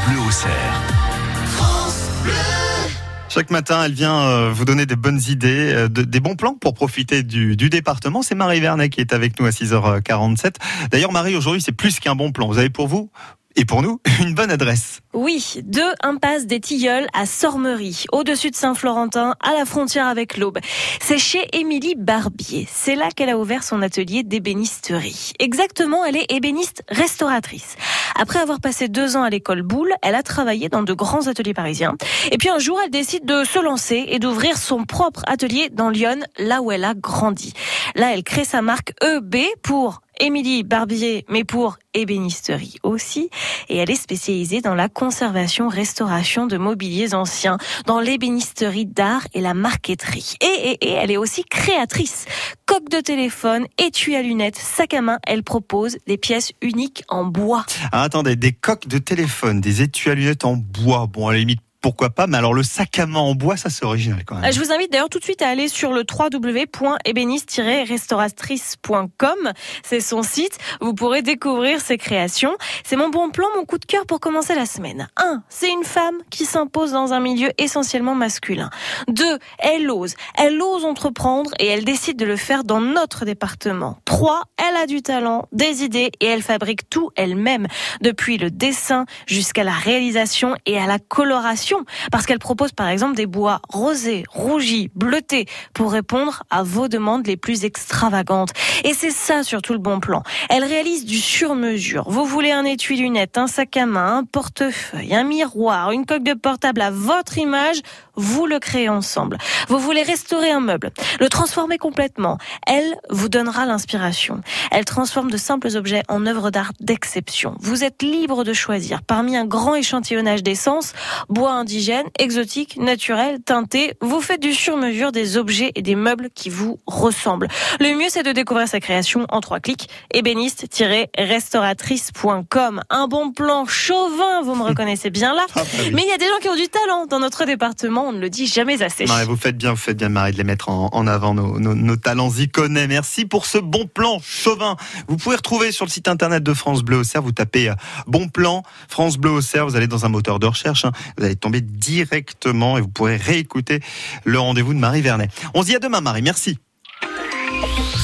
Bleu Auxerre. Chaque matin, elle vient vous donner des bonnes idées, des bons plans pour profiter du département. C'est Marie Vernet qui est avec nous à 6h47. D'ailleurs, Marie, aujourd'hui, c'est plus qu'un bon plan. Vous avez pour vous et pour nous une bonne adresse. Oui, 2 impasse des Tilleuls à Sormery, au-dessus de Saint-Florentin, à la frontière avec l'Aube. C'est chez Émilie Barbier. C'est là qu'elle a ouvert son atelier d'ébénisterie. Exactement, elle est ébéniste restauratrice. Après avoir passé 2 ans à l'école Boulle, elle a travaillé dans de grands ateliers parisiens. Et puis un jour, elle décide de se lancer et d'ouvrir son propre atelier dans Lyon, là où elle a grandi. Là, elle crée sa marque EB pour Émilie Barbier, mais pour ébénisterie aussi. Et elle est spécialisée dans la conservation-restauration de mobiliers anciens, dans l'ébénisterie d'art et la marqueterie. Et elle est aussi créatrice. Coque de téléphone, étui à lunettes, sac à main, elle propose des pièces uniques en bois. Ah, attendez, des coques de téléphone, des étuis à lunettes en bois. Bon, à la limite, pourquoi pas, mais alors le sac à main en bois, ça c'est original quand même. Je vous invite d'ailleurs tout de suite à aller sur le www.ébéniste-restauratrice.com. C'est son site. Vous pourrez découvrir ses créations. C'est mon bon plan, mon coup de cœur pour commencer la semaine. 1. C'est une femme qui s'impose dans un milieu essentiellement masculin. 2. Elle ose entreprendre et elle décide de le faire dans notre département. 3. Elle a du talent, des idées et elle fabrique tout elle-même, depuis le dessin jusqu'à la réalisation et à la coloration. Parce qu'elle propose par exemple des bois rosés, rougis, bleutés pour répondre à vos demandes les plus extravagantes. Et c'est ça surtout le bon plan. Elle réalise du sur-mesure. Vous voulez un étui lunettes, un sac à main, un portefeuille, un miroir, une coque de portable à votre image, vous le créez ensemble. Vous voulez restaurer un meuble, le transformer complètement. Elle vous donnera l'inspiration. Elle transforme de simples objets en œuvres d'art d'exception. Vous êtes libre de choisir parmi un grand échantillonnage d'essences, bois indigène, exotique, naturel, teinté. Vous faites du sur-mesure des objets et des meubles qui vous ressemblent. Le mieux, c'est de découvrir sa création en 3 clics. Ébéniste-restauratrice.com. Un bon plan chauvin, vous me reconnaissez bien là. Mais il y a des gens qui ont du talent dans notre département, on ne le dit jamais assez. Non, vous faites bien Marie de les mettre en avant, nos talents iconais. Merci pour ce bon plan chauvin. Vous pouvez retrouver sur le site internet de France Bleu Auxerre, vous tapez bon plan France Bleu Auxerre, vous allez dans un moteur de recherche, vous allez tomber directement et vous pourrez réécouter le rendez-vous de Marie Vernet. On se dit à demain Marie, merci.